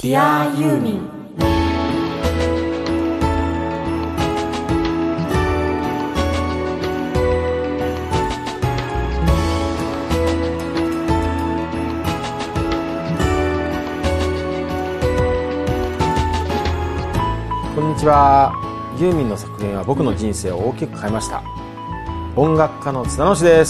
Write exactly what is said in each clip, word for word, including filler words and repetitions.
ディアユーミン。 こんにちは。ユーミンの作品は僕の人生を大きく変えました。音楽家の津田直です。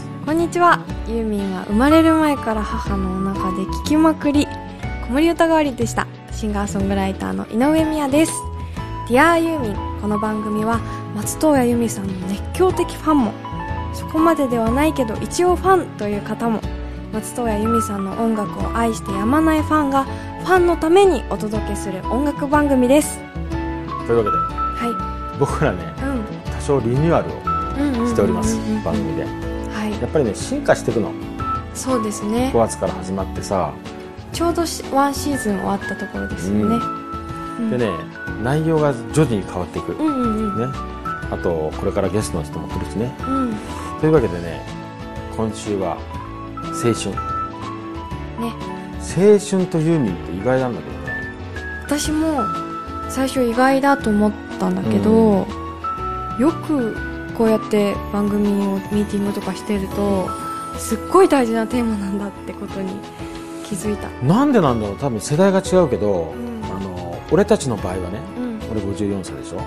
こんにちは。ユーミンは生まれる前から母のお腹で聴きまくり、子守歌代わりでした。シンガーソングライターの井上美也です。ディアユーミン。この番組は松任谷由実さんの熱狂的ファンも、そこまでではないけど一応ファンという方も、松任谷由実さんの音楽を愛してやまないファンがファンのためにお届けする音楽番組です。 というわけで、 はい、 僕らね、うん、多少リニューアルをしております。番組で、はい、やっぱりね進化していくの。そうですね。ごがつから始まってさ、 ちょうどワンシーズン終わったところですよね、 うん、でね、内容が徐々に変わっていく、うんうんうん、ね、あとこれからゲストの人も来るしね、うん、というわけでね、今週は青春、ね、青春とユーミンって意外なんだけどね。 私も最初意外だと思ったんだけど、うん、よくこうやって番組をミーティングとかしてると、すっごい大事なテーマなんだってことに気づいた。 なんでなんだろう。多分世代が違うけど、うん、あの俺たちの場合はね、うん、俺ごじゅうよんさいでしょ、うん、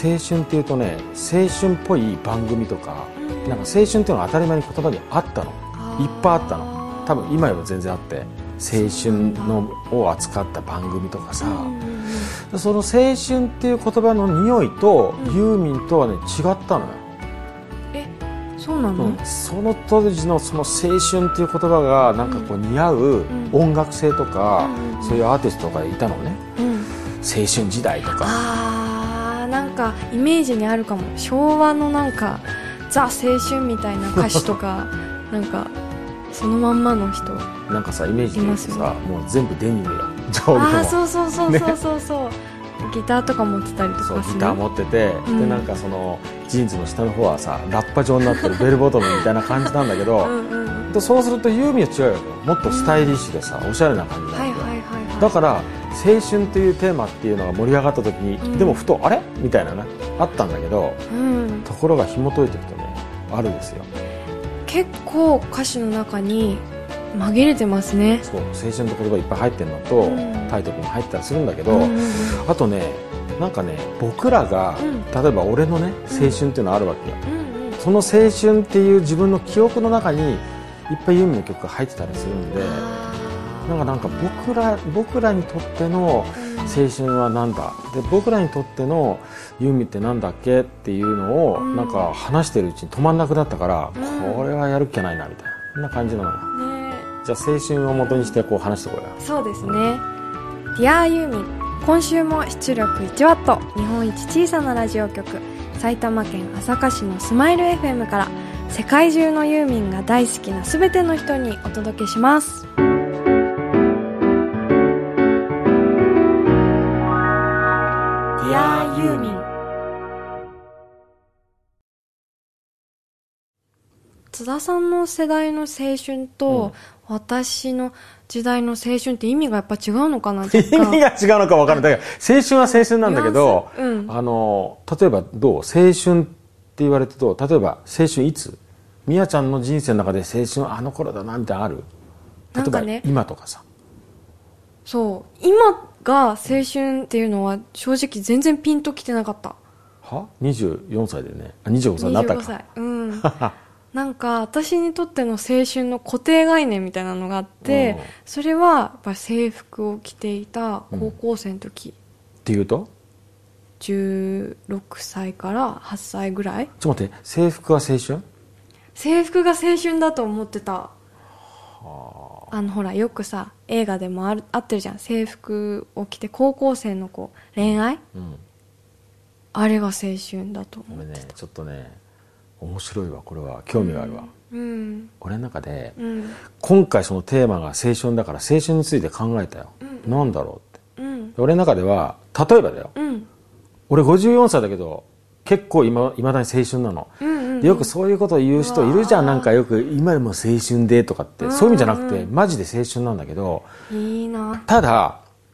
青春っていうとね、青春っぽい番組とか、うん、なんか青春っていうのは当たり前に言葉にあったの、いっぱいあったの。多分今より全然あって、青春のを扱った番組とかさ、うん、その青春っていう言葉の匂いと、うん、ユーミンとはね違ったのよ。 え、そうなの、うん、 その当時のその青春っていう言葉がなんかこう似合う音楽性とか、うん、そういうアーティストがいたのね、うん、青春時代とか。 あー、なんかイメージにあるかも。昭和のなんかザ青春みたいな歌詞とかなんかそのまんまの人なんかさ、イメージで言うとさ、もう全部デニムよ、上下も。 あ、そうそうそうそうそうそう、ね、ギターとか持ってたりとかする。 そう、ギター持ってて、うん、でなんかそのジーンズの下の方はさ、ラッパ状になってるベルボトムみたいな感じなんだけどうん、うん、でそうするとユーミンは違うよ。もっとスタイリッシュでさ、おしゃれな感じなんだよ、はいはいはいはい、だから青春というテーマっていうのが盛り上がった時に、うん、でもふとあれみたいなね、あったんだけど、うん、ところが紐解いていくとね、あるんですよ。 結構歌詞の中に紛れてますね。 そう、青春の言葉いっぱい入ってるのと、うん、タイトルに入ったりするんだけど、うんうんうん、あとね、なんかね、僕らが、うん、例えば俺のね青春っていうのがあるわけよ、うんうん、その青春っていう自分の記憶の中にいっぱいユーミンの曲が入ってたりするんで、なんかなんか僕ら僕らにとっての青春はなんだ、で僕らにとってのユーミンってなんだっけっていうのを、うん、なんか話してるうちに止まんなくなったから、うん、これはやるっきゃないなみたいな、そんな感じなのよ、ね。じゃあ青春を元にしてこう話してこよう。 そうですね。ディアユーミン、今週も出力いちワット、日本一小さなラジオ局、埼玉県朝霞市のスマイル エフエム から世界中のユーミンが大好きなすべての人にお届けします。ディアユーミン。津田さんの世代の青春と、うん、私の時代の青春って意味がやっぱ違うのかな。意味が違うのか分からない。だから青春は青春なんだけど、うん、あの例えばどう青春って言われてと、例えば青春いつ、みやちゃんの人生の中で青春あの頃だなみたいなのある？例えば、ね、今とかさ。 そう今が青春っていうのは正直全然ピンときてなかった。 はにじゅうよんさいでね、あにじゅうごさいになったか。 にじゅうごさい、うんなんか私にとっての青春の固定概念みたいなのがあって、それはやっぱ制服を着ていた高校生の時、うん、 っていうとじゅうろくさいからはっさいぐらい。 ちょっと待って、制服は青春？ 制服が青春だと思ってた。はあ、あのほらよくさ映画でもあるあってるじゃん、制服を着て高校生の子恋愛、うん、あれが青春だと思ってた。 俺ねちょっとね面白いわ、これは興味があるわ、うん、俺の中で、うん、今回そのテーマが青春だから青春について考えたよ、うん、なんだろうって、うん、俺の中では例えばだよ、うん、俺ごじゅうよんさいだけど結構いまだに青春なの、うんうんうん、よくそういうことを言う人いるじゃん。なんかよく今でも青春でとかって、そういう意味じゃなくてマジで青春なんだけど、 いいな。 ただ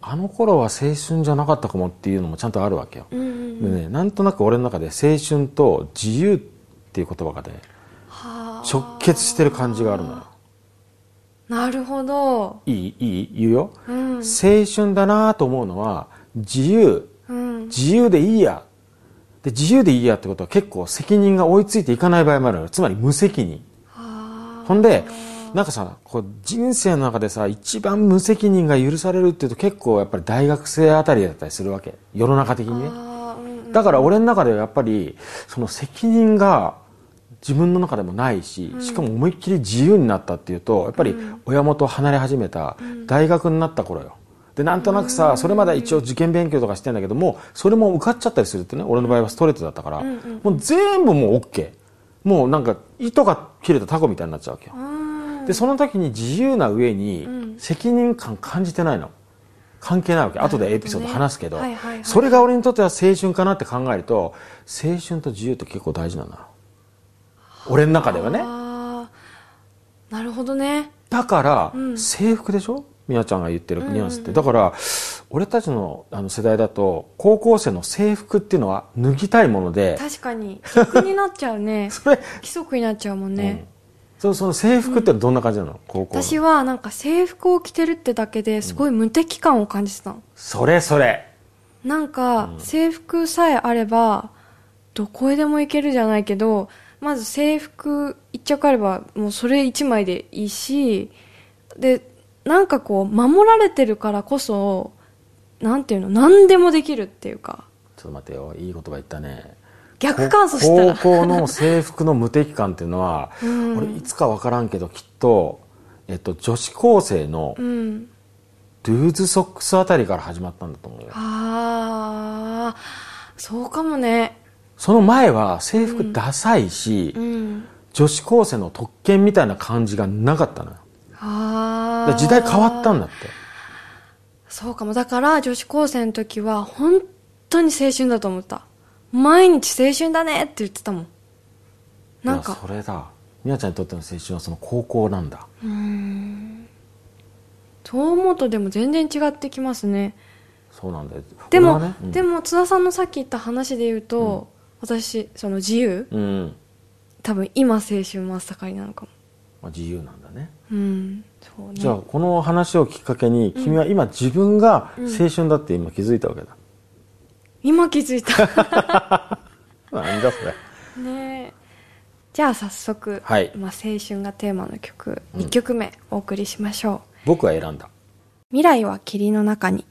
あの頃は青春じゃなかったかもっていうのもちゃんとあるわけよ、うんうんうん、でね、なんとなく俺の中で青春と自由っていう言葉がね直結してる感じがあるのよ。 なるほど。 いいいい言うよ、うん、青春だなと思うのは自由、うん、自由でいいやで、自由でいいやってことは結構責任が追いついていかない場合もあるのよ。つまり無責任。ほんでなんかさ、こう人生の中でさ一番無責任が許されるっていうと結構やっぱり大学生あたりだったりするわけ、世の中的にね、うんうん、だから俺の中ではやっぱりその責任が自分の中でもないし、しかも思いっきり自由になったっていうとやっぱり親元を離れ始めた大学になった頃よ。でなんとなくさ、それまで一応受験勉強とかしてんだけども、それも受かっちゃったりするってね、俺の場合はストレートだったから、もう全部もう OK、 もうなんか糸が切れたタコみたいになっちゃうわけよ。でその時に自由な上に責任感感じてないの、関係ないわけ。後でエピソード話すけど、ね、はいはいはい、それが俺にとっては青春かなって考えると、青春と自由って結構大事なんだ、俺の中ではね。 なるほどね。 だから、うん、制服でしょ、みやちゃんが言ってるニュアンスって、うんうん、だから俺たち の, あの世代だと高校生の制服っていうのは脱ぎたいもので、 確かに逆になっちゃうねそれ規則になっちゃうもんね、 うん、そ, その制服ってどんな感じなの、うん、高校の。 私はなんか制服を着てるってだけですごい無敵感を感じてたの、うん、 それそれなんか、うん、制服さえあればどこへでも行けるじゃないけど、まず制服一着あればもうそれ一枚でいいし、でなんかこう守られてるからこそなんていうの、何でもできるっていうか。 ちょっと待ってよ、いい言葉言ったね。 逆感想したら高校の制服の無敵感っていうのは、うん、俺いつか分からんけどきっと、えっと、女子高生のルーズソックスあたりから始まったんだと思うよ、うん、 ああそうかもね。 その前は制服ダサいし、うんうん、女子高生の特権みたいな感じがなかったのよ。あ時代変わったんだって。 そうかも。だから女子高生の時は本当に青春だと思った。毎日青春だねって言ってたもん。 なんかそれだ、みやちゃんにとっての青春はその高校なんだ。うーん、 そう思うとでも全然違ってきますね。 そうなんだよ。 でも、ねうん、でも津田さんのさっき言った話で言うと、うん、私その自由、うん、多分今青春真っ盛りなのかも。 まあ、自由なんだね。 うんそうね。 じゃあこの話をきっかけに、君は今自分が青春だって今気づいたわけだ、うん、 今気づいたなんだそれね。えじゃあ早速、はい、まあ、青春がテーマの曲、うん、いっきょくめお送りしましょう。 僕は選んだ未来は霧の中に。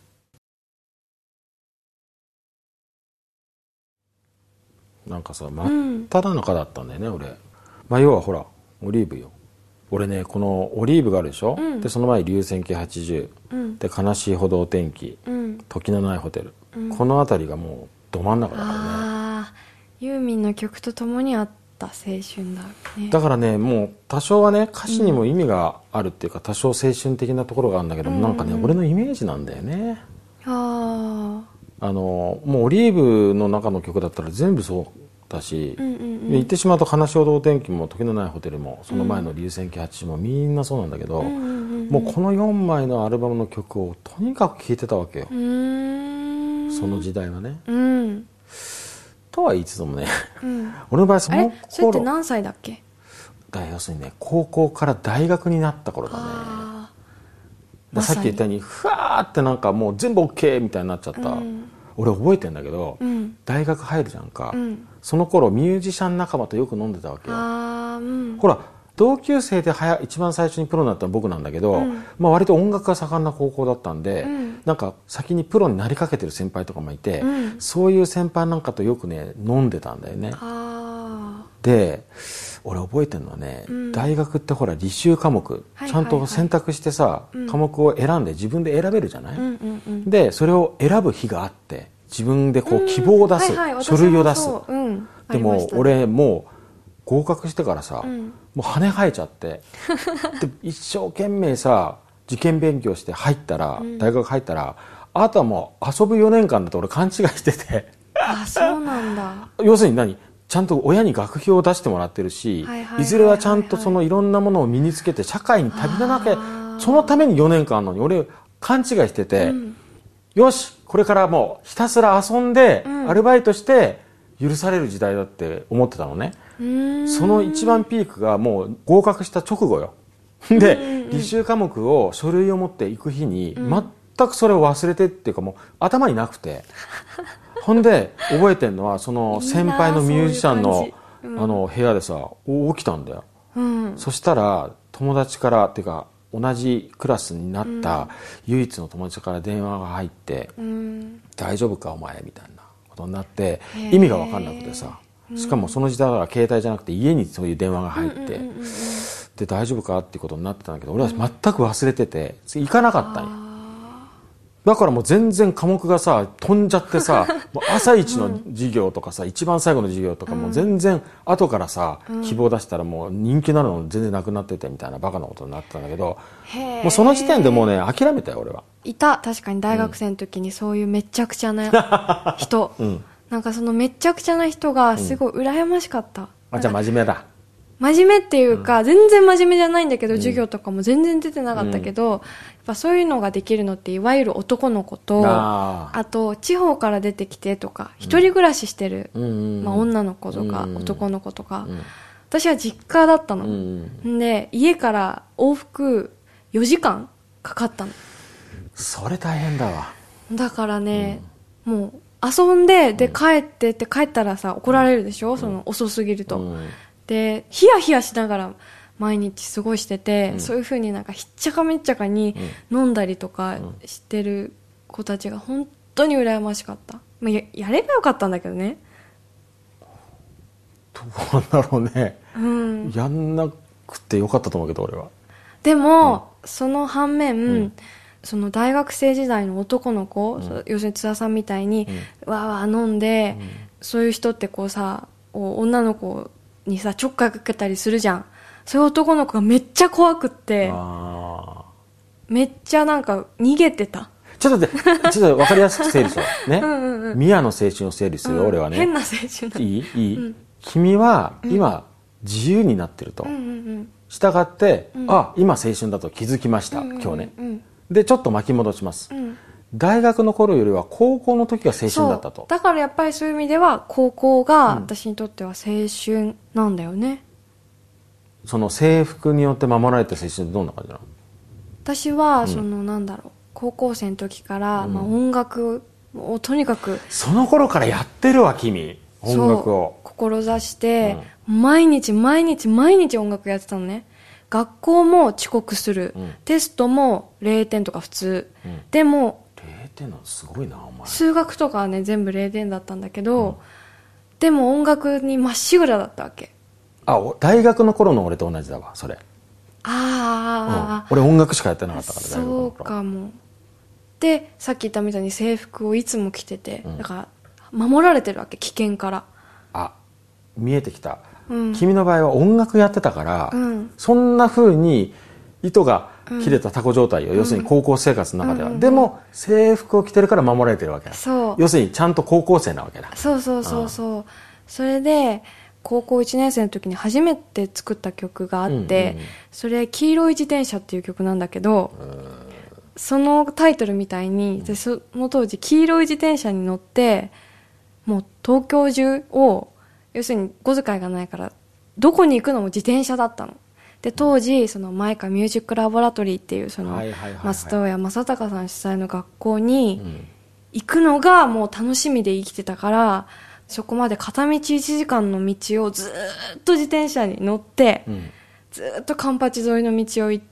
なんかさ真っ只中だったんだよね、うん、俺。まあ要はほらオリーブよ。俺ねこのオリーブがあるでしょ、うん、でその前に流線形はちじゅう、うん、で悲しいほどお天気、うん、時のないホテル、うん、この辺りがもうど真ん中だからね。 あユーミンの曲とともにあった青春だね。 だからねもう多少はね歌詞にも意味があるっていうか、うん、多少青春的なところがあるんだけども、うん、なんかね俺のイメージなんだよね。ああのもうオリーブの中の曲だったら全部そうだし、うんうんうん、言ってしまうと悲しいほどお天気も時のないホテルもその前の流線形はちじゅうもみんなそうなんだけど、うんうんうんうん、もうこのよんまいのアルバムの曲をとにかく聴いてたわけよ。うーんその時代はね、うん、とは言いつつもね、うん、俺の場合その頃それって何歳だっけ。 だ要するにね高校から大学になった頃だね。ださっき言ったようにふわーってなんかもう全部 OK みたいになっちゃった、うん、俺覚えてんだけど、うん、大学入るじゃんか、うん、その頃ミュージシャン仲間とよく飲んでたわけよ。あ、うん、ほら同級生ではや一番最初にプロになったのは僕なんだけど、うん、まあ、割と音楽が盛んな高校だったんで、うん、なんか先にプロになりかけてる先輩とかもいて、うん、そういう先輩なんかとよくね飲んでたんだよね。あで俺覚えてるのはね、うん、大学ってほら履修科目、はいはいはい、ちゃんと選択してさ、うん、科目を選んで自分で選べるじゃない、うんうんうん、でそれを選ぶ日があって自分でこう希望を出す、うんはいはい、書類を出す、うん、でも、ね、俺もう合格してからさ、うん、もう羽生えちゃってで一生懸命さ受験勉強して入ったら、うん、大学入ったらあとはもう遊ぶよねんかんだと俺勘違いしててあそうなんだ要するに何ちゃんと親に学費を出してもらってるし、はいはいはいはい、いずれはちゃんとそのいろんなものを身につけて社会に旅立たなきゃそのためによねんかんあるのに俺勘違いしてて、うん、 よしこれからもうひたすら遊んで、うん、アルバイトして許される時代だって思ってたのね。うーん、その一番ピークがもう合格した直後よ。で、履修科目を書類を持って行く日に、うん、全くそれを忘れてっていうかもう頭になくてほんで覚えてんのはその先輩のミュージシャンのあの部屋でさ起きたんだよ、うん、そしたら友達からっていうか同じクラスになった唯一の友達から電話が入って、うん、大丈夫かお前みたいなことになって意味が分かんなくてさ、しかもその時代は携帯じゃなくて家にそういう電話が入って、で大丈夫かっていうことになってたんだけど、俺は全く忘れてて行かなかったんよ。だからもう全然科目がさ飛んじゃってさもう朝一の授業とかさ、うん、一番最後の授業とかも全然後からさ、うん、希望出したらもう人気なの全然なくなっててみたいなバカなことになってたんだけど、もうその時点でもうね諦めたよ俺は。 いた、確かに大学生の時にそういうめちゃくちゃな人、うん、なんかそのめちゃくちゃな人がすごい羨ましかった、うん、 あ、じゃあ真面目だ。 真面目っていうか、うん、全然真面目じゃないんだけど、うん、授業とかも全然出てなかったけど、うん、やっぱそういうのができるのっていわゆる男の子と、あ, あと地方から出てきてとか、うん、一人暮らししてる、うんまあ、女の子とか、うん、男の子とか、うん、私は実家だったの、うん、で家から往復よじかんかかったの。 それ大変だわ。 だからね、うん、もう遊んでで帰ってって帰ったらさ怒られるでしょ、うん、その遅すぎると、うん、でヒヤヒヤしながら毎日過ごしてて、うん、そういう風になんかひっちゃかめっちゃかに飲んだりとかしてる子たちが本当に羨ましかった、まあ、や, やればよかったんだけどね。 どうなんだろうね、うん、やんなくてよかったと思うけど俺は。 でも、うん、その反面、うん、その大学生時代の男の子、うん、要するに津田さんみたいに、うん、わーわー飲んで、うん、そういう人ってこうさ女の子にさちょっかいかけたりするじゃん。そういう男の子がめっちゃ怖くって、あめっちゃなんか逃げてた。 ちょっと待って、ちょっと分かりやすく整理しようね。うんうんうん、宮の青春を整理する、うん、俺はね。 変な青春いいいい、うん、君は今、うん、自由になってると。うんうんうん、したがって、うん、あ、今青春だと気づきました、うんうんうん、今日ね。で、ちょっと巻き戻します。うん、大学の頃よりは高校の時が青春だったと。 だからやっぱりそういう意味では高校が私にとっては青春なんだよね。 うん、その制服によって守られた青春ってどんな感じなの？ 私はその、うん、なんだろう、高校生の時から、うん、まあ、音楽をとにかくその頃からやってるわ君、音楽を志して、うん、毎日毎日毎日音楽やってたのね。学校も遅刻する、うん、テストもれいてんとか普通、うん、でもれいてんのすごいなお前。 数学とかはね全部れいてんだったんだけど、うん、でも音楽にまっしぐらだったわけ。 あ、大学の頃の俺と同じだわそれ。 ああ、 うん、俺音楽しかやってなかったから。 そうかも。でさっき言ったみたいに制服をいつも着てて、うん、だから守られてるわけ、危険から。あ、 見えてきた、うん、君の場合は音楽やってたから、うん、そんな風に糸が切れたタコ状態よ、うん、要するに高校生活の中では、うん、でも制服を着てるから守られてるわけだ。そう、要するにちゃんと高校生なわけだ。 そうそうそうそう、うん、それで高校いちねん生の時に初めて作った曲があって、うんうん、それ黄色い自転車っていう曲なんだけど、そのタイトルみたいに、うん、その当時黄色い自転車に乗ってもう東京中を、要するに小遣いがないからどこに行くのも自転車だったので、当時そのマイカミュージックラボラトリーっていうその松任谷正隆さん主催の学校に行くのがもう楽しみで生きてたから、そこまで片道いちじかんの道をずっと自転車に乗って、うん、ずっとカンパチ沿いの道を行って、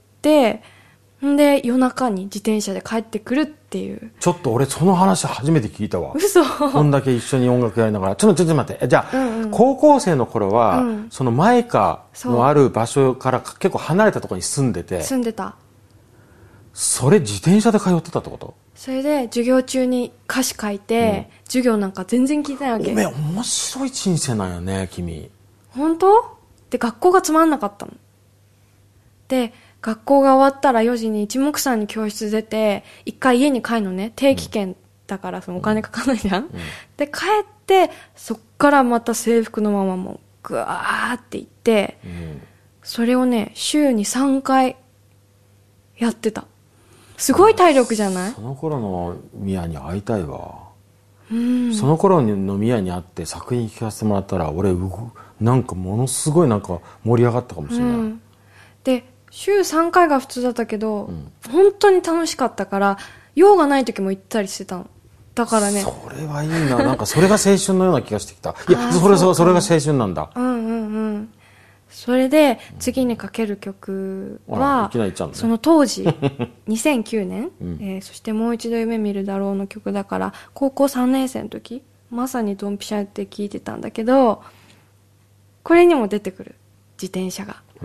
んで夜中に自転車で帰ってくるっていう。 ちょっと俺その話初めて聞いたわ。 嘘。 こんだけ一緒に音楽やりながら。ちょっとちょっと待って、じゃあ、うんうん、高校生の頃は、うん、そのマイカのある場所から結構離れたところに住んでて。 住んでた。 それ自転車で通ってたってこと？ それで授業中に歌詞書いて、うん、授業なんか全然聞いてないわけ。 おめえ面白い人生なんよね君。 本当？で学校がつまんなかったので、学校が終わったらよじに一目散に教室出て一回家に帰るのね。定期券だからそのお金かかんないじゃん、うん、で帰ってそっからまた制服のままもうグワーって行って、うん、それをね週にさんかいやってた。 すごい体力じゃない？ その頃のミヤに会いたいわ。 うん、 その頃のミヤに会って作品聞かせてもらったら俺なんかものすごいなんか盛り上がったかもしれない、うん、 で週さんかいが普通だったけど、うん、本当に楽しかったから用がない時も行ったりしてたの。だからね、 それはいいな。なんかそれが青春のような気がしてきた。いやそれそそれが青春なんだ。 うんうんうん。それで次にかける曲は、 うん、いきなり言っちゃうんだね、 その当時にせんきゅうねん、うん、えー、そしてもう一度夢見るだろうの曲だから高校さんねん生の時まさにドンピシャって聴いてたんだけど、これにも出てくる自転車が、うん、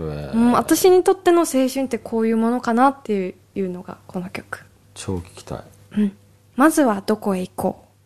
私にとっての青春ってこういうものかなっていうのがこの曲。 超聞きたい、 うん、まずはどこへ行こう。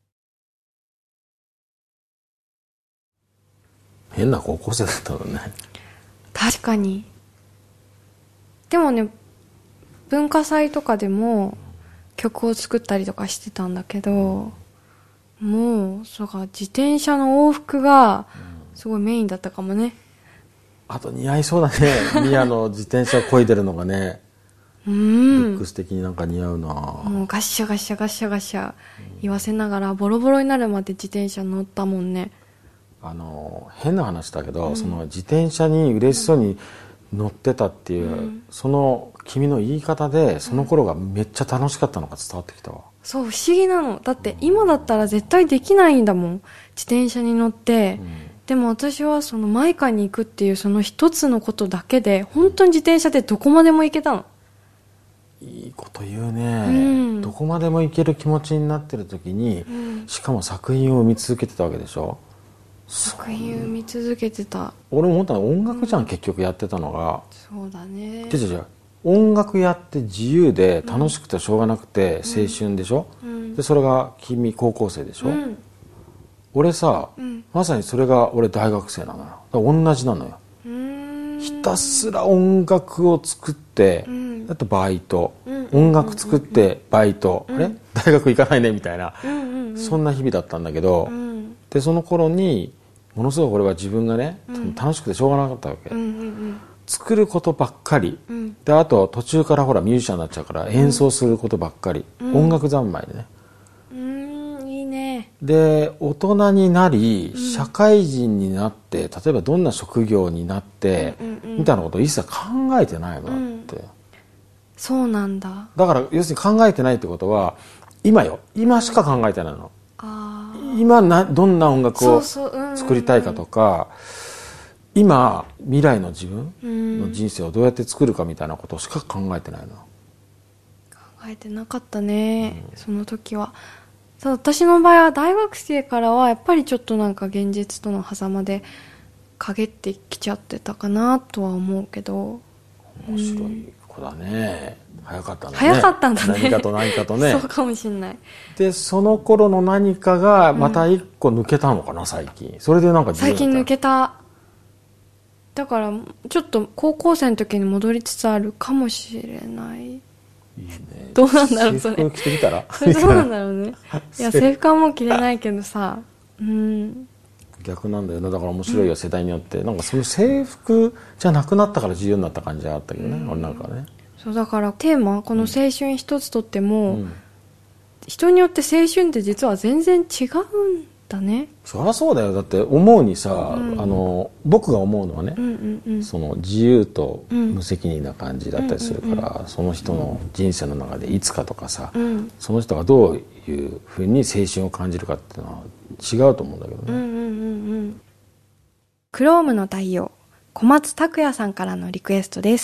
変な高校生だったのね。 確かに。でもね、文化祭とかでも曲を作ったりとかしてたんだけど、もうそうか、自転車の往復がすごいメインだったかもね。 あと似合いそうだね。ミヤの自転車を漕いでるのがね、うん、ルックス的になんか似合うな。 もうガッシャガッシャガッシャガッシャ言わせながらボロボロになるまで自転車乗ったもんね。 あの変な話だけど、うん、その自転車に嬉しそうに乗ってたっていう、うん、その君の言い方でその頃がめっちゃ楽しかったのが伝わってきたわ。 そう、不思議なの。だって今だったら絶対できないんだもん、自転車に乗って、うん、でも私はそのマイカに行くっていうその一つのことだけで本当に自転車でどこまでも行けたの。 いいこと言うね、うん、どこまでも行ける気持ちになってる時に、うん、しかも作品を見続けてたわけでしょ。 作品を見続けてた。 俺も思ったのは音楽じゃん、うん、結局やってたのが。 そうだね。 違う違う、音楽やって自由で楽しくてしょうがなくて青春でしょ、うん、でそれが君高校生でしょ、うん、俺さ、うん、まさにそれが俺大学生なのよ。だから同じなのよ。うーん、ひたすら音楽を作って、うん、あとバイト、うん、音楽作ってバイト、うん、あれ大学行かないねみたいな、うんうんうん、そんな日々だったんだけど、うん、でその頃にものすごく俺は自分がね、うん、楽しくてしょうがなかったわけ、うんうんうん、作ることばっかり、うん、であと途中からほらミュージシャンになっちゃうから演奏することばっかり、うん、音楽三昧でね、 うん、いいね。で大人になり、うん、社会人になって例えばどんな職業になって、うんうんうん、みたいなことを一切考えてないのだって、うん、 そうなんだ。 だから要するに考えてないってことは今よ、今しか考えてないの、うん、あ今などんな音楽を作りたいかとか、今未来の自分の人生をどうやって作るかみたいなことしか考えてないの。考えてなかったね、うん、その時は。そう、私の場合は大学生からはやっぱりちょっとなんか現実との狭間で陰ってきちゃってたかなとは思うけど。 面白い子だね、うん、早かったんだね。 早かったんだね。 何かと何かとね。 そうかもしれない。 でその頃の何かがまた一個抜けたのかな、うん、最近。それでなんか最近抜けた。だからちょっと高校生の時に戻りつつあるかもしれない。いいね。どうなんだろうそれ。 制服着てきたら。 それどうなんだろうね。いや制服はもう着れないけどさ。うん。 逆なんだよね。だから面白いよ、うん、世代によって。なんかその制服じゃなくなったから自由になった感じがあったけどね、うん、俺なんかね。 そうだからテーマこの青春一つとっても、うん、人によって青春って実は全然違うんだね。 そりゃそうだよ。だって思うにさ、うん、あの僕が思うのはね、うんうんうん、その自由と無責任な感じだったりするから、うんうんうん、その人の人生の中でいつかとかさ、うん、その人がどういうふうに青春を感じるかっていうのは違うと思うんだけどね。うんうんうんうん、 クロームの太陽、小松拓也さんからのリクエストです。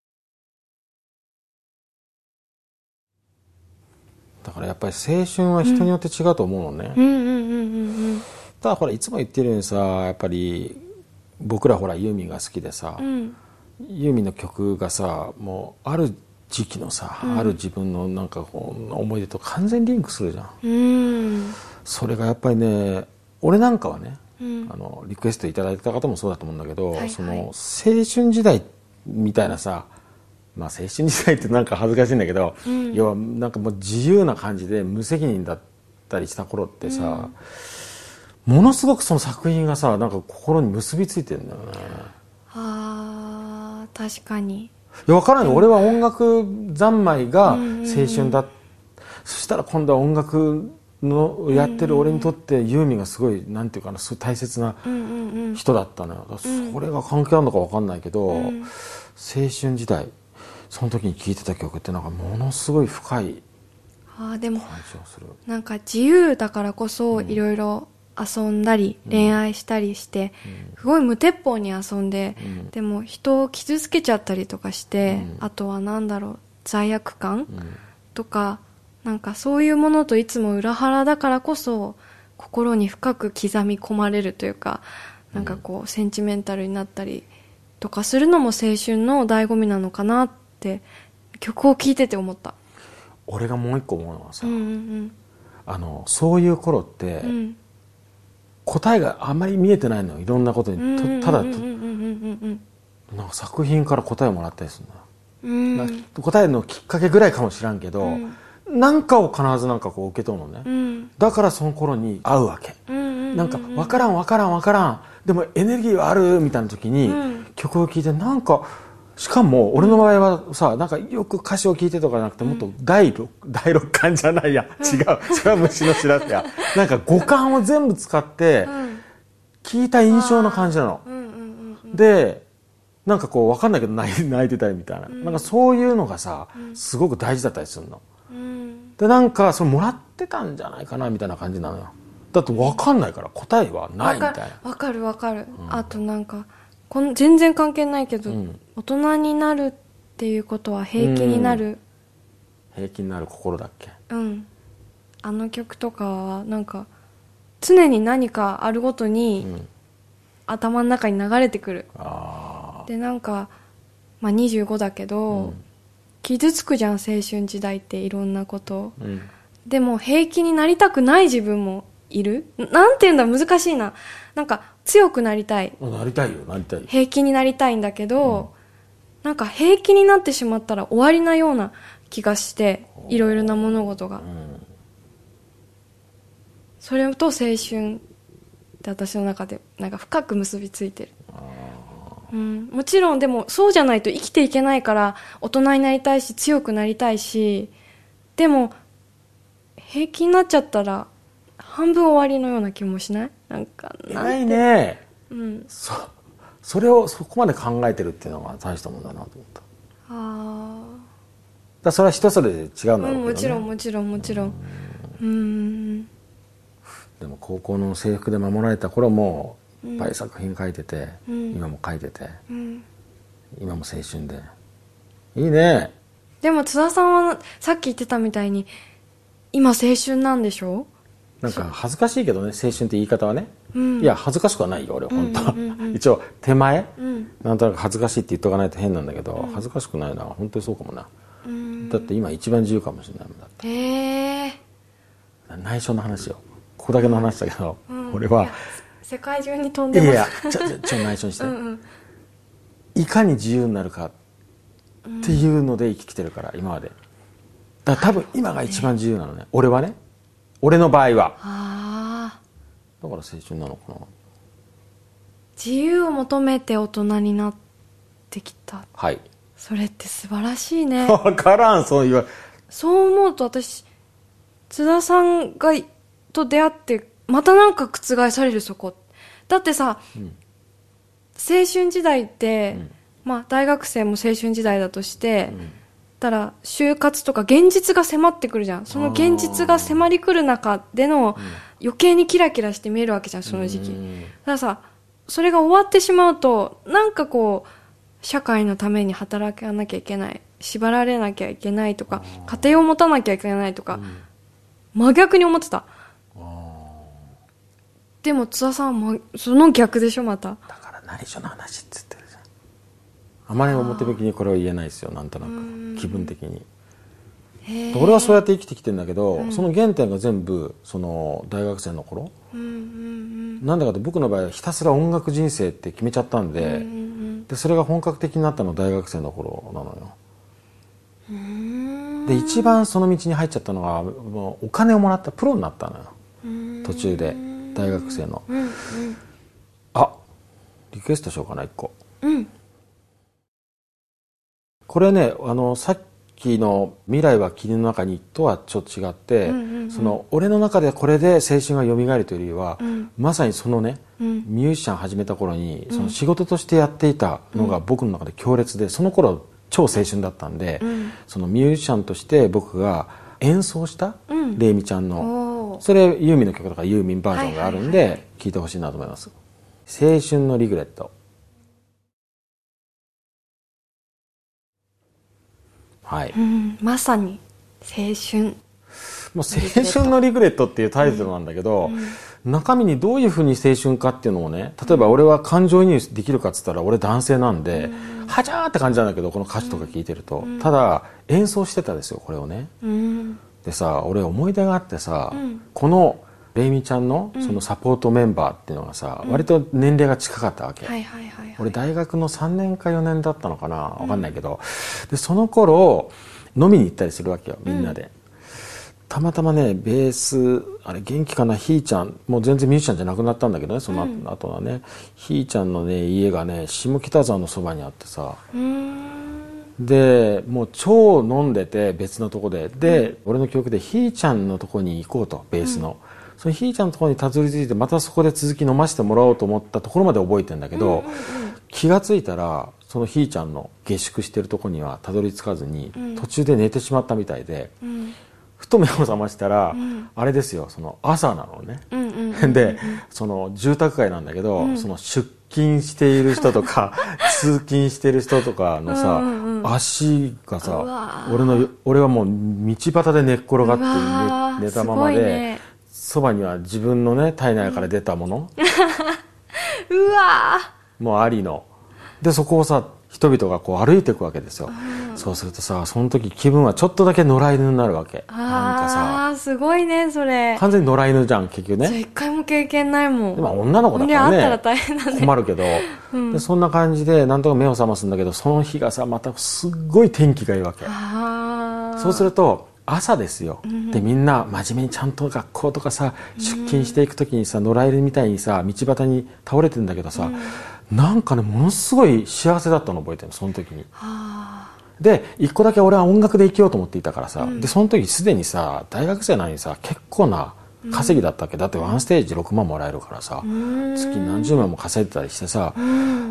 だからやっぱり青春は人によって違うと思うのね。ただほらいつも言ってるようにさ、やっぱり僕らほらユーミンが好きでさ、うん、ユーミンの曲がさ、もうある時期のさ、うん、ある自分のなんかこう思い出と完全にリンクするじゃん。うん、それがやっぱりね、俺なんかはね、うん、あのリクエストいただいた方もそうだと思うんだけど、はいはい、その青春時代みたいなさ、まあ青春時代ってなんか恥ずかしいんだけど、うん、要はなんかもう自由な感じで無責任だったりした頃ってさ、うん、ものすごくその作品がさ、なんか心に結びついてるんだよね。 あー、確かに。 いや分からない、うん、俺は音楽三昧が青春だ、うんうん、そしたら今度は音楽のやってる俺にとってユーミンがすごいなんていうかな、すごい大切な人だったのよ。それが関係あるのか分かんないけど、うん、青春時代その時に聴いてた曲ってなんかものすごい深い感じがする。 なんか自由だからこそいろいろ遊んだり、うん、恋愛したりして、うん、すごい無鉄砲に遊んで、うん、でも人を傷つけちゃったりとかして、うん、あとはなんだろう、罪悪感、うん、とかなんかそういうものといつも裏腹だからこそ心に深く刻み込まれるというか、なんかこうセンチメンタルになったりとかするのも青春の醍醐味なのかなって曲を聴いてて思った。 俺がもう一個思うのはさ、 うんうんうん、 あのそういう頃って、うん、答えがあまり見えてないのよ、いろんなことに。ただなんか作品から答えをもらったりするんだよ。うん、答えのきっかけぐらいかもしらんけど、うん、なんかを必ずなんかこう受け取るのね、うん、だからその頃に会うわけ、うんうんうんうん、なんか分からん分からん分からん、でもエネルギーはあるみたいな時に、うん、曲を聴いてなんか、しかも俺の場合はさ、なんかよく歌詞を聴いてとかじゃなくて、もっと第六、第六感じゃないや、違うそれは虫の知らせやなんか五感を全部使って聞いた印象の感じなの、うんうんうんうん、でなんかこう分かんないけど泣い、泣いてたりみたいな、うん、なんかそういうのがさすごく大事だったりするの、うん、でなんかそれもらってたんじゃないかなみたいな感じなのよ。だって分かんないから答えはないみたいな。 分かる分かる、うん、あとなんかこの全然関係ないけど、うん、大人になるっていうことは平気になる、うん、 平気になる心だっけ。 うん、あの曲とかはなんか常に何かあるごとに、うん、頭の中に流れてくる。あでなんか、まあ、にじゅうごだけど、うん、傷つくじゃん青春時代っていろんなこと、うん、でも平気になりたくない自分もいる。なんていうんだ、難しいな。なんか強くなりたい、 なりたいよ、なりたい、 平気になりたいんだけど、うん、なんか平気になってしまったら終わりなような気がして、いろいろな物事が、うん、それと青春って私の中でなんか深く結びついてる。うん、もちろんでもそうじゃないと生きていけないから、大人になりたいし強くなりたいし、でも平気になっちゃったら半分終わりのような気もしない？なんかなんてないね、うん、そ, それをそこまで考えてるっていうのが大したもんだなと思った。あだそれは人それぞれ違うんだろうけどね、うん、 もちろんもちろんもちろん、うん、うんでも高校の制服で守られた頃もいっぱい作品書いてて、うん、今も書いてて、うん、今も青春でいいね。 でも津田さんはさっき言ってたみたいに今青春なんでしょ。 なんか恥ずかしいけどね、青春って言い方はね、うん、いや恥ずかしくはないよ俺本当は、うんうんうん、一応手前、うん、なんとなく恥ずかしいって言っとかないと変なんだけど、うん、恥ずかしくないのは本当にそうかもな、うん、だって今一番自由かもしれないもんだって。へえ。内緒の話よ、ここだけの話だけど、うん、俺は世界中に飛んでます。 いやいやちょちょちょ内緒にしてうん、うん、いかに自由になるかっていうので生きてきてるから今まで。だから多分今が一番自由なのね、俺はね、俺の場合は。あだから青春なのかな。 自由を求めて大人になってきた。 はい。 それって素晴らしいね。 分からん、そういう。 そう思うと私津田さんがと出会ってまたなんか覆される。そこだってさ、うん、青春時代って、うん、まあ大学生も青春時代だとして、うんたら就活とか現実が迫ってくるじゃん。その現実が迫りくる中での余計にキラキラして見えるわけじゃん、その時期。だからさ、それが終わってしまうとなんかこう社会のために働かなきゃいけない、縛られなきゃいけないとか、家庭を持たなきゃいけないとか、真逆に思ってた。でも津田さんはその逆でしょ。まただから内緒の話って言ってるじゃん。あまり表向きにこれは言えないですよ、なんとなく気分的に。俺はそうやって生きてきてるんだけど、うん、その原点が全部その大学生の頃、うんうんうん、なんだかって僕の場合はひたすら音楽人生って決めちゃったんで、うんうん、でそれが本格的になったのは大学生の頃なのよ。うんで一番その道に入っちゃったのはもうお金をもらったプロになったのよ、途中で大学生の、うんうん、あリクエストしようかな一個、うん、 これねあのさっきの未来は君の中にとはちょっと違って、うんうんうん、その俺の中でこれで青春が蘇るというよりは、うん、まさにそのね、うん、ミュージシャン始めた頃に、うん、その仕事としてやっていたのが僕の中で強烈で、その頃超青春だったんで、うん、そのミュージシャンとして僕が演奏した、うん、レイミちゃんのそれユーミンの曲とかユーミンバージョンがあるんで、はいはいはい、聴いてほしいなと思います。青春のリグレット。はい、 うん、まさに青春。 もう青春のリグレットっていうタイトルなんだけど、うんうん、中身にどういうふうに青春かっていうのをね、例えば俺は感情移入できるかっつったら俺男性なんで、うん、はじゃーって感じなんだけどこの歌詞とか聞いてると、うん、ただ演奏してたですよこれをね、うん、でさ俺思い出があってさ、うん、このレイミちゃんのそのサポートメンバーっていうのがさ、うん、割と年齢が近かったわけ、はいはいはいはい、俺大学のさんねんかよねんだったのかな分かんないけど、うん、でその頃飲みに行ったりするわけよみんなで、うん、たまたまねベースあれ元気かなひーちゃんもう全然ミュージシャンじゃなくなったんだけどねその後はね、うん、ひーちゃんのね家がね下北沢のそばにあってさ、うーんでもう超飲んでて別のとこでで、うん、俺の記憶でひーちゃんのとこに行こうとベースの、うん、そのひーちゃんのところにたどり着いてまたそこで続き飲ませてもらおうと思ったところまで覚えてるんだけど、うんうんうん、気がついたらそのひーちゃんの下宿してるところにはたどり着かずに、うん、途中で寝てしまったみたいで、うん、ふと目を覚ましたら、うん、あれですよその朝なのね、うんうんうんうん、でその住宅街なんだけど、うん、その出勤している人とか通勤している人とかのさ、うんうんうん、足がさ俺の俺はもう道端で寝っ転がって寝たままで、そばには自分のね体内から出たもの、うん、うわもうありのでそこをさ人々がこう歩いていくわけですよ、うん、そうするとさその時気分はちょっとだけ野良犬になるわけ。なんかさあすごいねそれ完全に野良犬じゃん結局ね。 一回も経験ないもん。 でも女の子だからねあったら大変だね困るけど、うん、でそんな感じでなんとか目を覚ますんだけどその日がさまたすっごい天気がいいわけ。あそうすると朝ですよ、うん、でみんな真面目にちゃんと学校とかさ出勤していく時にさ、うん、野良犬みたいにさ道端に倒れてるんだけどさ、うん、なんかねものすごい幸せだったの覚えてるのその時に。で一個だけ俺は音楽で生きようと思っていたからさ、うん、でその時すでにさ大学生なのにさ結構な稼ぎだったっけ、うん、だってワンステージろくまんもらえるからさ、うん、月何十万も稼いでたりしてさ、うん、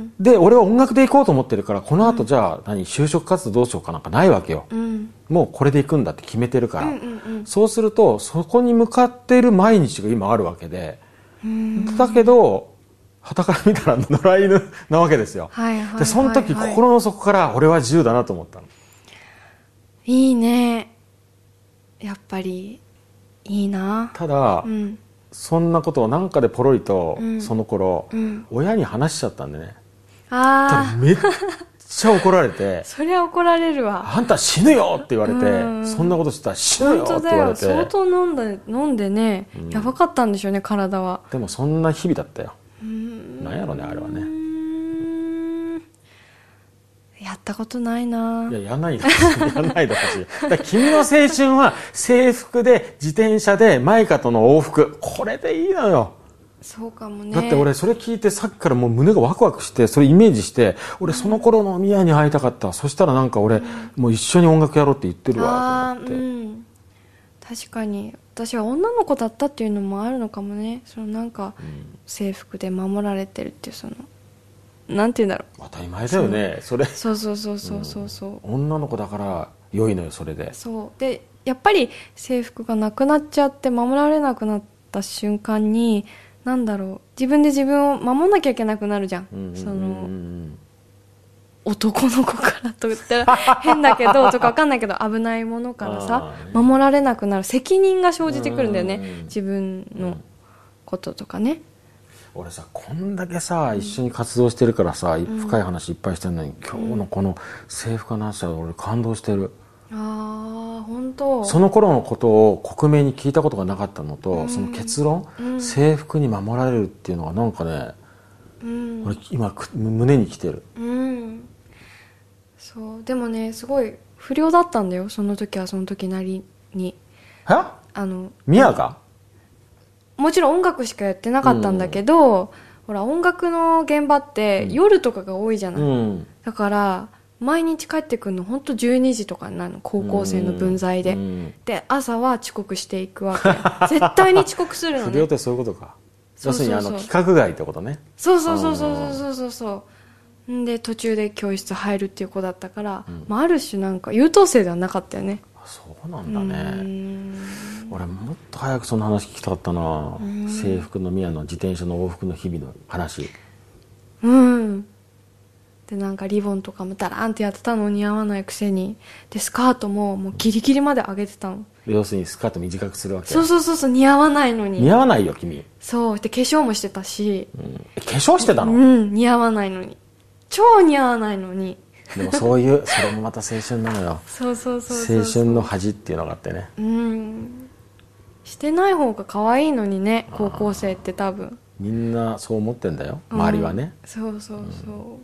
で俺は音楽で行こうと思ってるからこの後じゃあ何就職活動どうしようかなんかないわけよ、うん、もうこれで行くんだって決めてるから、うんうんうん、そうするとそこに向かっている毎日が今あるわけで、うん、だけど傍から見たら野良犬なわけですよ、はいはいはいはい、でその時心の底から俺は自由だなと思ったの。 いいねやっぱりいいな。 ただ、うん、そんなことをなんかでポロリと、うん、その頃、うん、親に話しちゃったんでね。ああめっちゃ怒られてそりゃ怒られるわ。 あんた死ぬよって言われて、そんなことしたら死ぬよって言われて。 相当飲んで飲んでね、うん、やばかったんでしょうね体は。 でもそんな日々だったよ。なんやろねあれはね。 やったことないな。 いややんないでほしいやんないでほしい。だ君の青春は制服で自転車でマイカとの往復、これでいいのよ。 そうかもね。 だって俺それ聞いてさっきからもう胸がワクワクしてそれイメージして俺その頃の宮に会いたかった、うん、そしたらなんか俺、うん、もう一緒に音楽やろうって言ってるわと思って、うん、 確かに私は女の子だったっていうのもあるのかもね。そのなんか制服で守られてるっていうそのなんていうんだろう、 当たり前だよねそれ。 そうそうそうそうそうそう、 うん、女の子だから良いのよそれで。 そうでやっぱり制服がなくなっちゃって守られなくなった瞬間になんだろう自分で自分を守んなきゃいけなくなるじゃん、うんうんうんうん、その男の子からと言ったら変だけどとか分かんないけど危ないものからさ、ね、守られなくなる責任が生じてくるんだよね、うんうん、自分のこととかね。 俺さこんだけさ一緒に活動してるからさ、うん、深い話いっぱいしてるのに、うん、今日のこの制服の話は俺感動してる。 ああ本当。その頃のことを克明に聞いたことがなかったのと、うん、その結論、うん、制服に守られるっていうのがなんかね、うん、俺今胸に来てる、うん、 そうでもねすごい不良だったんだよその時はその時なりに。 えあの宮がもちろん音楽しかやってなかったんだけど、うん、ほら音楽の現場って夜とかが多いじゃない、うん、だから毎日帰ってくるの本当じゅうにじとかになるの、高校生の分際で、うん、で朝は遅刻していくわけ絶対に遅刻するのね。 不良ってそういうことか。要するにあの規格外ってことね。 そうそうそうそうそうそうそうで途中で教室入るっていう子だったから、うんまあ、ある種なんか優等生ではなかったよね。 そうなんだね。俺もっと早くその話聞きたかったな。制服の宮の自転車の往復の日々の話。 うんでなんかリボンとかもダラーンってやってたの似合わないくせに、でスカートももうギリギリまで上げてたの。 要するにスカート短くするわけ。 そうそうそうそう、似合わないのに。 似合わないよ君。 そうで化粧もしてたし、 うん、化粧してたの？ うん似合わないのに、超似合わないのに。 でもそういうそれもまた青春なのよ。 そうそうそうそう、 青春の恥っていうのがあってね。 うんしてない方が可愛いのにね、高校生って多分みんなそう思ってんだよ、周りはね、 うん、そうそうそう、うん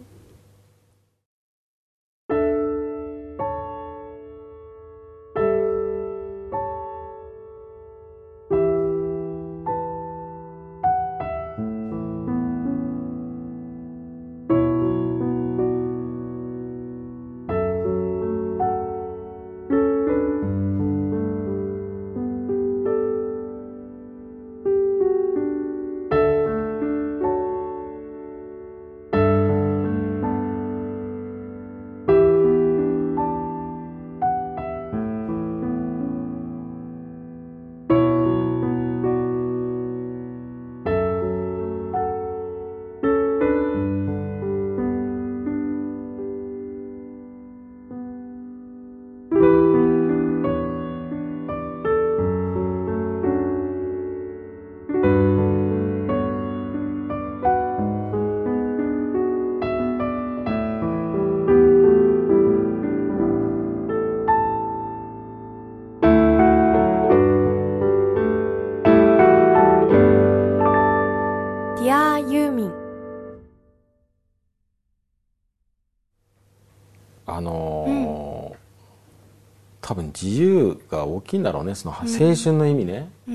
あのーうん、多分自由が大きいんだろうね、その青春の意味ね、うん、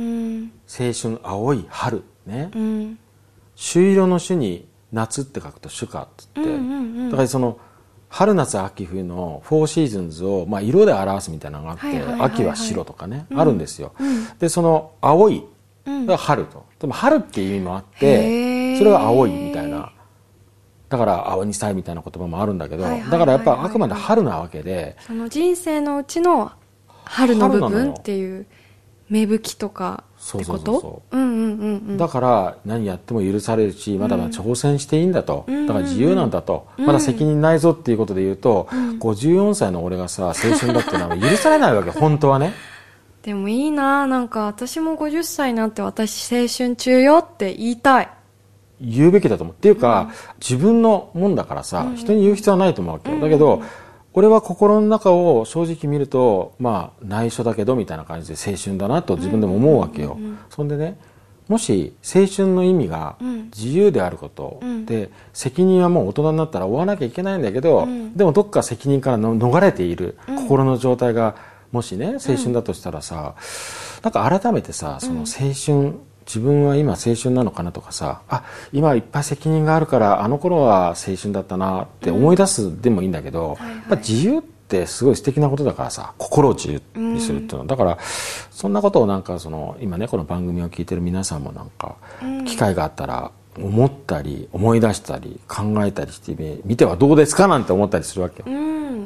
青春青い春ね、うん、朱色の朱に夏って書くと朱夏って言って、うんうんうん、だからその春夏秋冬のフォーシーズンズを、まあ、色で表すみたいなのがあって、はいはいはいはい、秋は白とかね、うん、あるんですよ、うん、でその青いが春と、でも春っていう意味もあってそれが青いみたいな、だから青にさいみたいな言葉もあるんだけど、だからやっぱあくまで春なわけで、 その人生のうちの春の部分っていう芽吹きとかってこと？ だから何やっても許されるし、まだまだ挑戦していいんだと、うん、だから自由なんだと、うん、まだ責任ないぞっていうことで言うと、うん、ごじゅうよんさいの俺がさ青春だっていうのは許されないわけ本当はね。 でもいいな、なんか私もごじゅっさいになって私青春中よって言いたい。 言うべきだと思う。っていうか、うん、自分のもんだからさ、うん、人に言う必要はないと思うわけよ、うん、だけど俺は心の中を正直見るとまあ内緒だけどみたいな感じで青春だなと自分でも思うわけよ、うんうんうん、そんでね、もし青春の意味が自由であること、うん、で責任はもう大人になったら負わなきゃいけないんだけど、うん、でもどっか責任からの逃れている心の状態がもしね青春だとしたらさ、うん、なんか改めてさ、その青春、自分は今青春なのかなとかさ、あ、今いっぱい責任があるからあの頃は青春だったなって思い出すでもいいんだけど、うんはいはい、やっぱ自由ってすごい素敵なことだからさ、心を自由にするっていうのは、うん、だからそんなことをなんかその今ねこの番組を聞いてる皆さんもなんか機会があったら思ったり思い出したり考えたりしてみてはどうですかなんて思ったりするわけよ、うん、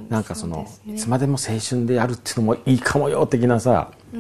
なんかそのそ、ね、いつまでも青春でやるっていうのもいいかもよ的なさ、うん、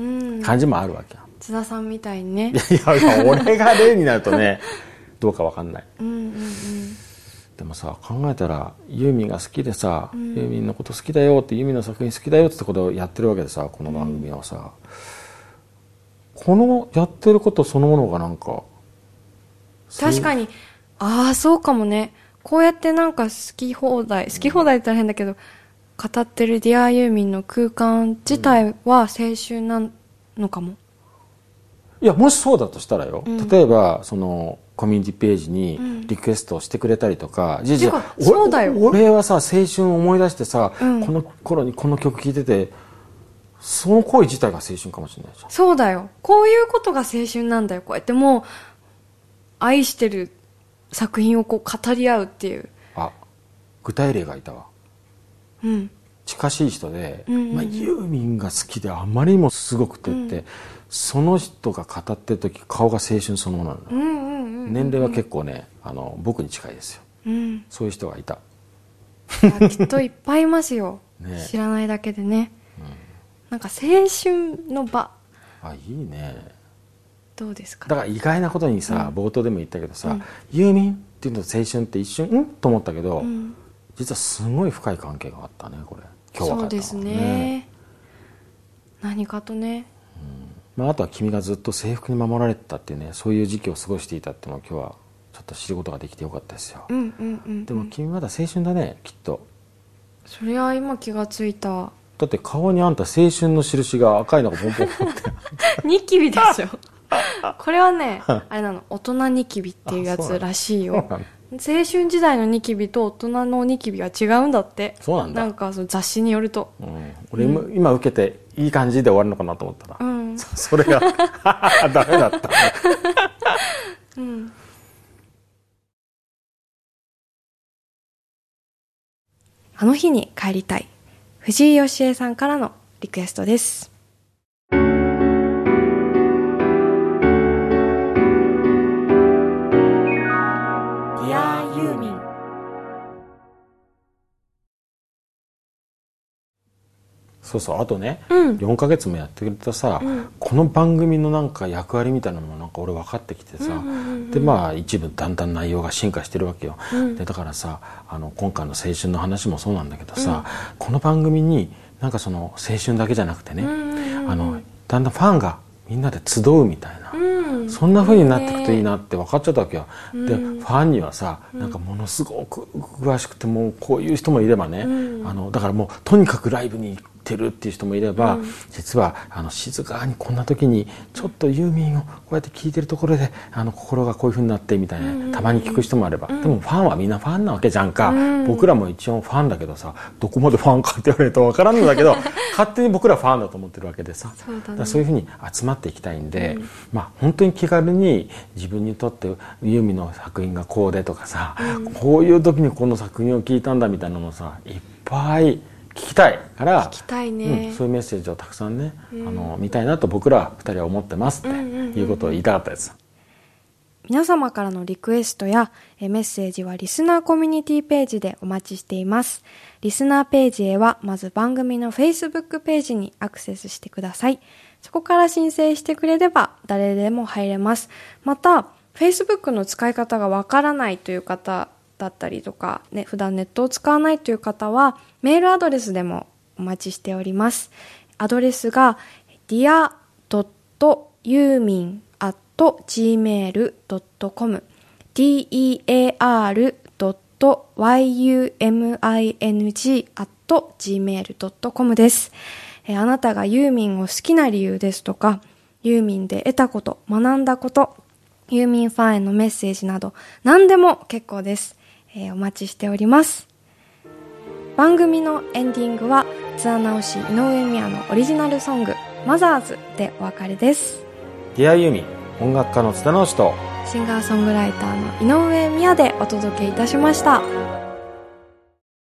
感じもあるわけよ。 津田さんみたいにね。 いやいや俺が例になるとねどうかわかんない、うんうんうん、でもさ考えたらユーミンが好きでさ、うん、ユーミンのこと好きだよって、ユーミンの作品好きだよってことをやってるわけでさ、この番組はさ、うん、このやってることそのものがなんか確かに、ああそうかもね。こうやってなんか好き放題好き放題って言ったら変だけど、語ってるディアユーミンの空間自体は青春なのかも。 いや、もしそうだとしたらよ、うん、例えばそのコミュニティページにリクエストをしてくれたりとか、うん、じゃあそうだよ、 俺はさ青春を思い出してさ、うん、この頃にこの曲聴いてて、その行為自体が青春かもしれないじゃん。 そうだよ、こういうことが青春なんだよ。こうやってもう愛してる作品をこう語り合うっていう。 あ、具体例がいたわ。 うん、 近しい人で、 うんうんうん、 まあ、ユーミンが好きであまりにもすごくてって、うん、その人が語ってる時顔が青春そのものなの、うんうんうんうん、年齢は結構ねあの僕に近いですよ、うん、そういう人がいた。 いやきっといっぱいいますよ、ね、知らないだけでね、うん、なんか青春の場、 あ、いいね。 どうですか、ね、 だから意外なことにさ、うん、冒頭でも言ったけどさ、うん、ユーミンっていうのと青春って一瞬んと思ったけど、うん、実はすごい深い関係があったねこれ今日分かったのはね。そうですね、 何かとね、 うん、まあ、あとは君がずっと制服に守られてたっていうね、そういう時期を過ごしていたっていうのを今日はちょっと知ることができてよかったですよ、うんうんうんうん、でも君まだ青春だねきっと。 そりゃ今気がついた。 だって顔にあんた青春の印が赤いのがポンポンポンってニキビですよこれはねあれなの、大人ニキビっていうやつらしいよ。青春時代のニキビと大人のニキビは違うんだって。 そうなんだ。 なんかその雑誌によると、うん、 俺、うん、今受けていい感じで終わるのかなと思ったら、うん、それがダメだった、うん、 あの日に帰りたい、藤井芳恵さんからのリクエストです。 そうそう、あとね、うん、よんかげつもやってくれたさ、うん、この番組のなんか役割みたいなのもなんか俺分かってきてさ、うんうんうん、でまあ一部だんだん内容が進化してるわけよ、うん、でだからさあの今回の青春の話もそうなんだけどさ、うん、この番組になんかその青春だけじゃなくてね、うんうんうん、あのだんだんファンがみんなで集うみたいな、うん、そんな風になっていくといいなって分かっちゃったわけよ、うん、でファンにはさなんかものすごく詳しくてもうこういう人もいればね、うん、あのだからもうとにかくライブにてるっていう人もいれば、うん、実はあの静かにこんな時にちょっとユーミンをこうやって聴いてるところであの心がこういう風になってみたいな、うん、たまに聞く人もあれば、うん、でもファンはみんなファンなわけじゃんか、うん、僕らも一応ファンだけどさ、どこまでファンかって言われると分からんのだけど勝手に僕らファンだと思ってるわけでさ、そうだね、だそういう風に集まっていきたいんで、うん、まあ本当に気軽に自分にとってユーミンの作品がこうでとかさ、うん、こういう時にこの作品を聴いたんだみたいなのをさいっぱい聞きたいから聞きたいね、 うん、そういうメッセージをたくさんね、うん、あの見たいなと僕らふたりは思ってますっていうことを言いたかったです。 皆様からのリクエストやメッセージはリスナーコミュニティページでお待ちしています。リスナーページへはまず番組の Facebook ページにアクセスしてください。そこから申請してくれれば誰でも入れます。また Facebook の使い方がわからないという方だったりとか、ね、普段ネットを使わないという方はメールアドレスでもお待ちしております。アドレスが ディア ドット ユーミン アット ジーメール ドット コム ディー イー エー アール ドット ワイ ユー エム アイ エヌ ジー アット ジーメール ドット コム です。えあなたがユーミンを好きな理由ですとか、ユーミンで得たこと、学んだこと、ユーミンファンへのメッセージなど何でも結構です。えー、お待ちしております。番組のエンディングは津田直し井上美也のオリジナルソングマザーズでお別れです。 ディアユーミン、音楽家の津田直しとシンガーソングライターの井上美也でお届けいたしました。